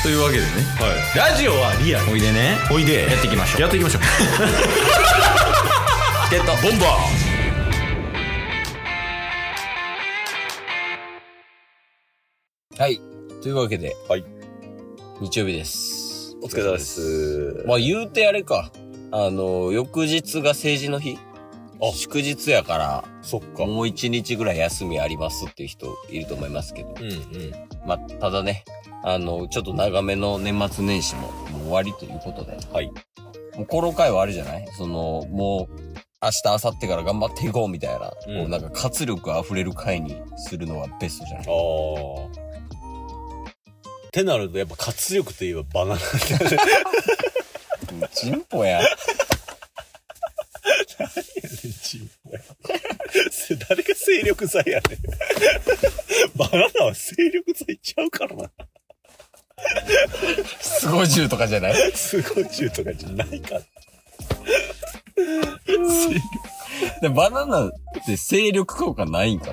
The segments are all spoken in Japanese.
というわけでね、 ラジオはリアル。 おいでね、 おいで。 やっていきましょう。 やっていきましょう。 チケットボンバー。はい、というわけで、 はい、 日曜日です。 お疲れ様です。 まあ言うてあれか、翌日が成人の日、祝日やから、 そっか。 もう一日ぐらい休みありますっていう人いると思いますけど、まあただね、ちょっと長めの年末年始ももう終わりということで、 はい。 もうこの回はあれじゃない？もう明日明後日から頑張っていこうみたいな、こうなんか活力あふれる回にするのがベストじゃない？ ってなるとやっぱ活力といえばバナナ。 チンポや。 何やねん、チンポや。誰が精力剤やねん。バナナは精力剤ちゃうからな。 スゴジュウとかじゃない？ スゴジュウとかじゃないから。 でバナナって精力効果ないんかな？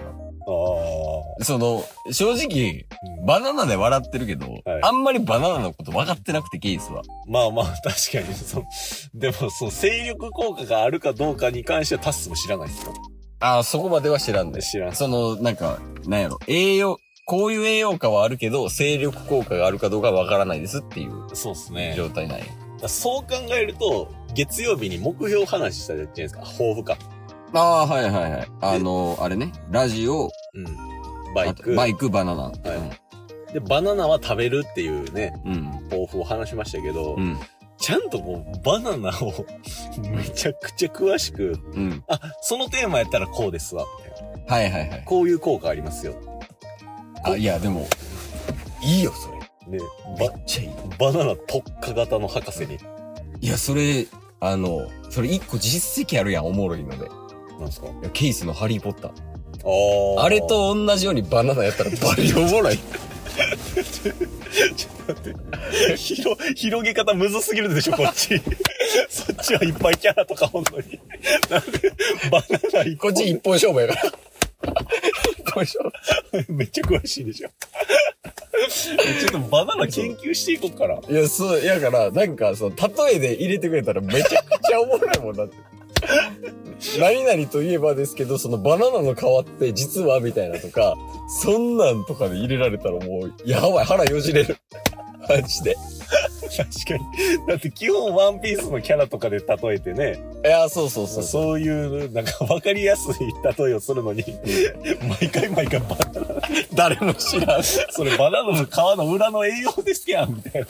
正直、バナナで笑ってるけど、あんまりバナナのこと分かってなくてケースは。まあまあ、確かに。でも、精力効果があるかどうかに関してはタッスも知らないですよ。 そこまでは知らんね。 知らん。 なんやろ、こういう栄養価はあるけど、精力効果があるかどうかわからないですっていう。 そうですね。 状態なんや。 そう考えると、月曜日に目標話したじゃないですか。抱負か。 はいはいはい。あれね、ラジオ、バイク、バナナ。はい。 で、バナナは食べるっていうね、抱負を話しましたけど、ちゃんともうバナナをめちゃくちゃ詳しく、そのテーマやったらこうですわ、みたいな。はいはいはい。こういう効果ありますよ。 いや、でも、いいよ、それ。 ね、 めっちゃいい。 バナナ特化型の博士に。 いや、それ一個実績あるやん、おもろいので。 なんすか？ ケースのハリーポッター。あれと同じようにバナナやったらバリおもろい。 ちょっと待って。広げ方むずすぎるでしょ、こっち。そっちはいっぱいキャラとかほんとに。なんで、バナナ一本。 こっち一本勝負やから。一本勝負。めっちゃ詳しいでしょ。ちょっとバナナ研究していこうから。 いや、やから、なんか、例えで入れてくれたらめちゃくちゃおもろいもんだって。何々といえばですけど、バナナの皮って実はみたいなとか、そんなんとかで入れられたらもう、やばい、腹よじれる。マジで。 確かに。だって基本ワンピースのキャラとかで例えてね。 いや、そう。 そういう、なんかわかりやすい例えをするのに、毎回バナナ。 誰も知らん。 それバナナの皮の裏の栄養ですやん、みたいな。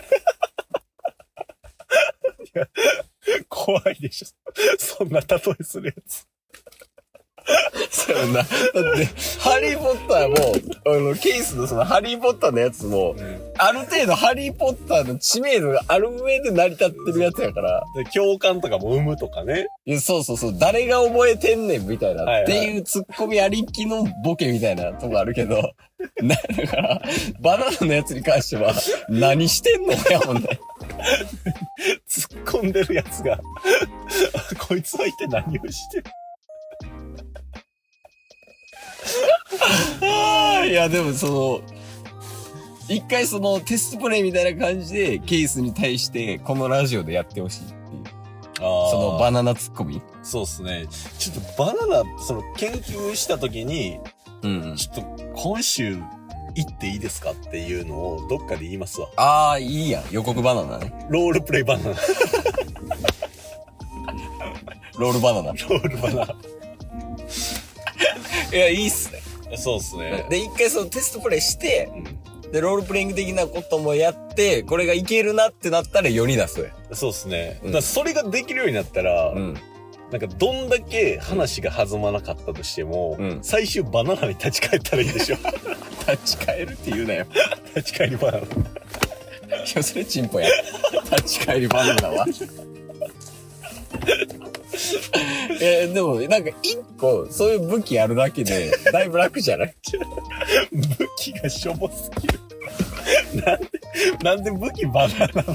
怖いでしょ。そんな例えするやつ。 そうな。だって、ハリーポッターも、ケースのハリーポッターのやつも、ある程度ハリーポッターの知名度がある上で成り立ってるやつやから。 共感とかも生むとかね。 いや、そう。誰が覚えてんねんみたいな、っていうツッコミありきのボケみたいなとこあるけど、だから、バナナのやつに関しては、何してんのやもんね。 突っ込んでるやつが、こいつは一体何をしてる？ いや、でも一回テストプレイみたいな感じで、ケースに対して、このラジオでやってほしいっていう。バナナツッコミ？ そうっすね。ちょっとバナナ、研究した時に、ちょっと今週行っていいですかっていうのをどっかで言いますわ。 いいやん。予告バナナね。 ロールプレイバナナ。 ロールバナナ。 ロールバナナ。 いや、いいっすね。 そうっすね。 で、一回テストプレイして、で、ロールプレイング的なこともやって、これがいけるなってなったら世に出す。 そうっすね。だからそれができるようになったら、なんかどんだけ話が弾まなかったとしても、最終バナナに立ち返ったらいいでしょ。 立ち返るって言うなよ。 立ち返りバナナ。いや、それチンポや。立ち返りバナナは。でも、なんか一個、そういう武器あるだけで、だいぶ楽じゃない？ 武器がしょぼすぎる。なんで武器バナナは？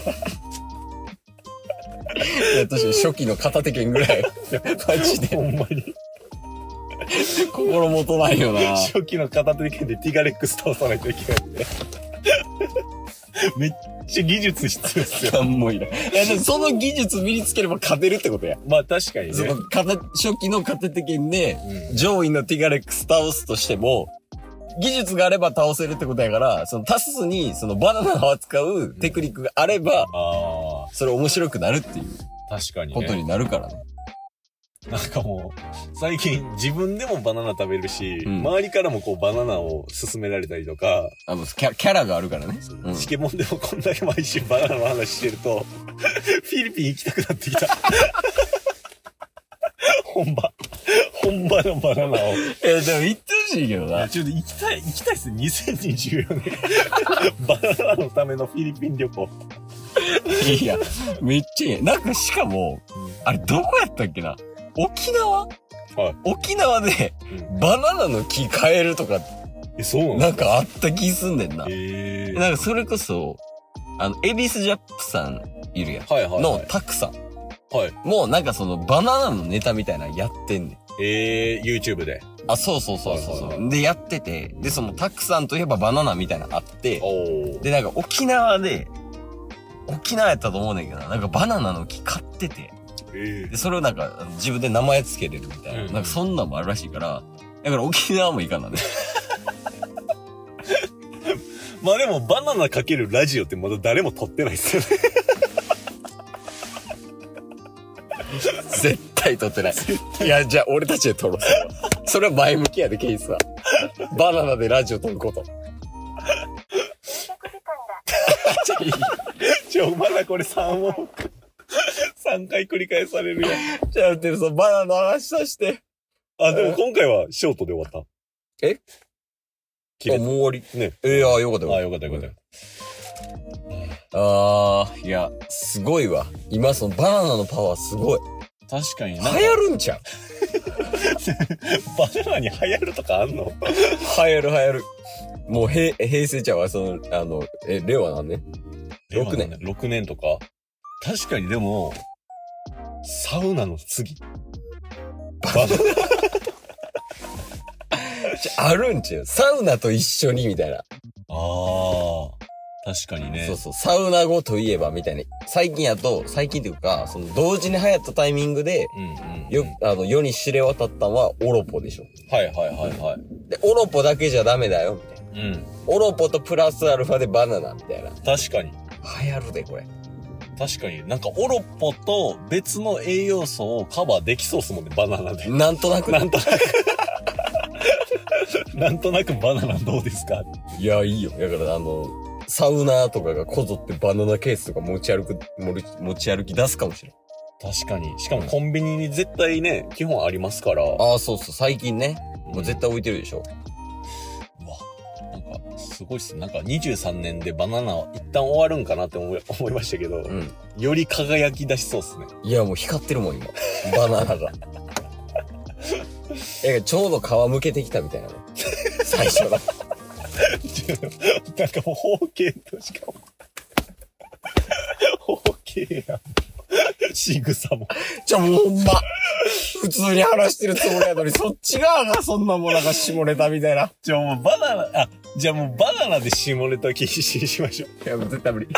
いや、確かに初期の片手剣ぐらい。マジで。 ほんまに。 心もとないよな。 初期の片手剣でティガレックス倒さないといけないんで。 めっちゃ技術必要っすよ。 なんもいらん。いや、でもその技術身につければ勝てるってことや。 まあ確かにね。 その初期の片手剣で、上位のティガレックス倒すとしても、技術があれば倒せるってことやから、そのタスにそのバナナを扱うテクニックがあれば、それ面白くなるっていう確かにことになるからね。 なんかもう、最近自分でもバナナ食べるし、周りからもこうバナナを勧められたりとか、 キャラがあるからね。 チケモンでもこんだけ毎週バナナの話してると、フィリピン行きたくなってきた。本場のバナナを。 でも行ってほしいけどな。 ちょっと行きたいっすね。2024年。バナナのためのフィリピン旅行。 いや、めっちゃいい。なんかしかも、あれどこやったっけな？沖縄？はい。沖縄で、バナナの木買えるとか、 そうなの？ なんかあった気すんねんな。なんかそれこそ、エビスジャップさんいるやん。はいはい、はい。のタクさん。はい。もうなんかそのバナナのネタみたいなのやってんねん。 YouTube で。 あ、そう。で、やってて、で、そのタクさんといえばバナナみたいなのあって、で、なんか沖縄やったと思うねんけどな、なんかバナナの木買ってて、で、それをなんか自分で名前つけれるみたいな、なんかそんなんもあるらしいから、だから沖縄もいいかなね。 まあでもバナナかけるラジオってまだ誰も撮ってないっすよね。 絶対撮ってない。いや、じゃあ俺たちで撮ろう。それは前向きやで、ケイスは。バナナでラジオ撮ること。 まだこれ3回繰り返されるよ。 じゃあ、でもそのバナナの話さして。 あ、でも今回はショートで終わった。 え？もう終わり。ね。よかったよ。 よかった。 いや、すごいわ。今そのバナナのパワーすごい。 確かに。 流行るんちゃう？ バナナに流行るとかあんの？ 流行る。もう平成ちゃうわ、令和何年？6年。 6年とか。確かにでも、サウナの次。バナナあるんちゃう？サウナと一緒にみたいな。 確かにね。 そう。サウナ後といえばみたいな。最近っていうか、その同時に流行ったタイミングで、世に知れ渡ったのはオロポでしょ。 はい。 で、オロポだけじゃダメだよ、みたいな。オロポとプラスアルファでバナナ、みたいな。 確かに。 流行るで、これ。 確かに。なんかオロポと別の栄養素をカバーできそうっすもんね、バナナで。 なんとなくバナナどうですか？ いや、いいよ。だからサウナーとかがこぞってバナナケースとか持ち歩き出すかもしれん。 確かに。しかもコンビニに絶対ね、基本ありますから。 そう。最近ね。もう絶対置いてるでしょ。 うわ。なんか、すごいっす。なんか23年でバナナは一旦終わるんかなって思いましたけど、より輝き出しそうっすね。 いや、もう光ってるもん、今。バナナが。ちょうど皮むけてきたみたいなね。最初だ。 なんかもう包茎としかも。包茎やん。仕草も。 もうほんま。普通に話してるつもりやのに、そっち側がそんなもんなんか下ネタみたいな。 もうバナナで下ネタ禁止にしましょう。 いや、もう絶対無理。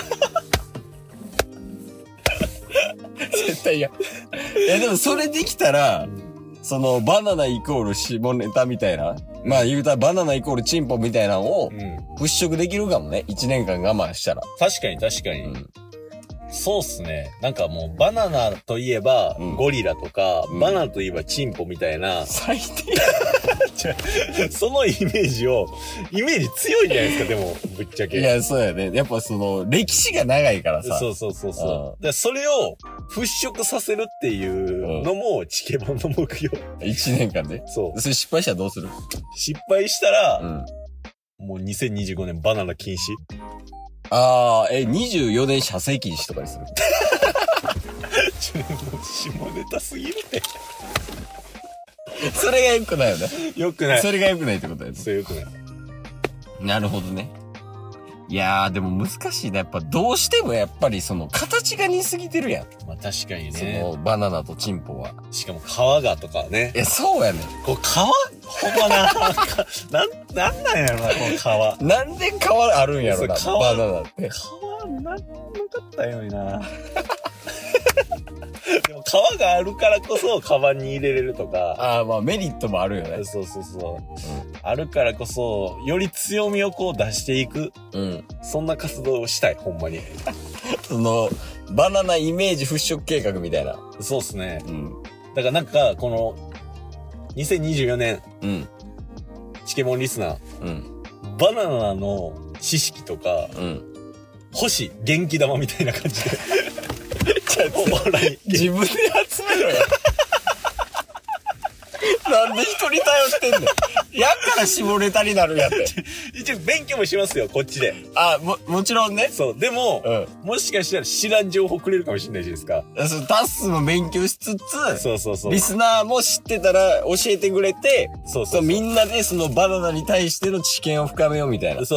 絶対嫌。でもそれできたら、そのバナナイコール下ネタみたいな。まあ言うたらバナナイコールチンポみたいなのを払拭できるかもね。1年間我慢したら。 確かに。そうっすね。なんかもうバナナといえばゴリラとか、バナナといえばチンポみたいな。 最低。 そのイメージ強いじゃないですか、でも、ぶっちゃけ。 いや、そうやね。やっぱその、歴史が長いからさ。 そう。でそれを払拭させるっていうのも、チケボンの目標。 1年間で。そう。それ失敗したらどうする？ 失敗したら、もう2025年バナナ禁止。 24年射精禁止とかにする。 もう下ネタすぎるって。 それが良くないよね。 良くない。 それが良くないってことだよね。 それ良くない。 なるほどね。 いやーでも難しいな。やっぱどうしてもやっぱりその形が似すぎてるやん。 まあ確かにそね。 のバナナとチンポは。 しかも皮がとかね。 そうやねん。 こう皮ほんまな。なんなんやろな、この皮。 なんで皮あるんやろな、 そうバナナって。 皮なかったようにな。でも皮があるからこそカバンに入れれるとか。 ああ、まあメリットもあるよね。 そうそうそう。あるからこそ、より強みをこう出していく。 うん。 そんな活動をしたい、ほんまに。 その、バナナイメージ払拭計画みたいな。 そうっすね。 うん。 だからなんか、この、2024年、 うん。 チケモンリスナー、 うん。 バナナの知識とか、 うん。 星、元気玉みたいな感じで。 自分で集めろよ。なんで一人頼ってんの？やから下ネタになるやって。 一応勉強もしますよ、こっちで。 もちろんね。 そう。でも、もしかしたら知らん情報くれるかもしれないじゃないですか。 タッスも勉強しつつ、 そう。 リスナーも知ってたら教えてくれて、 そう。 みんなでそのバナナに対しての知見を深めようみたいな。 そう。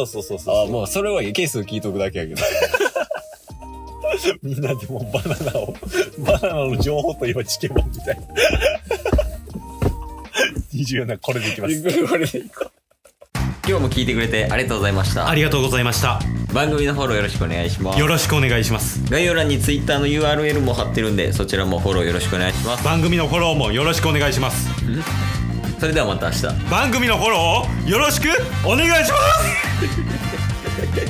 もうそれはいい。ケース聞いとくだけやけど。 みんなでもバナナの情報といえばチケモンみたいな。24年これでいきます。 これでいこう。今日も聞いてくれてありがとうございました。 ありがとうございました。 番組のフォローよろしくお願いします。 よろしくお願いします。 概要欄に Twitter の URL も貼ってるんで、そちらもフォローよろしくお願いします。 番組のフォローもよろしくお願いします。 それではまた明日。 番組のフォローをよろしくお願いします。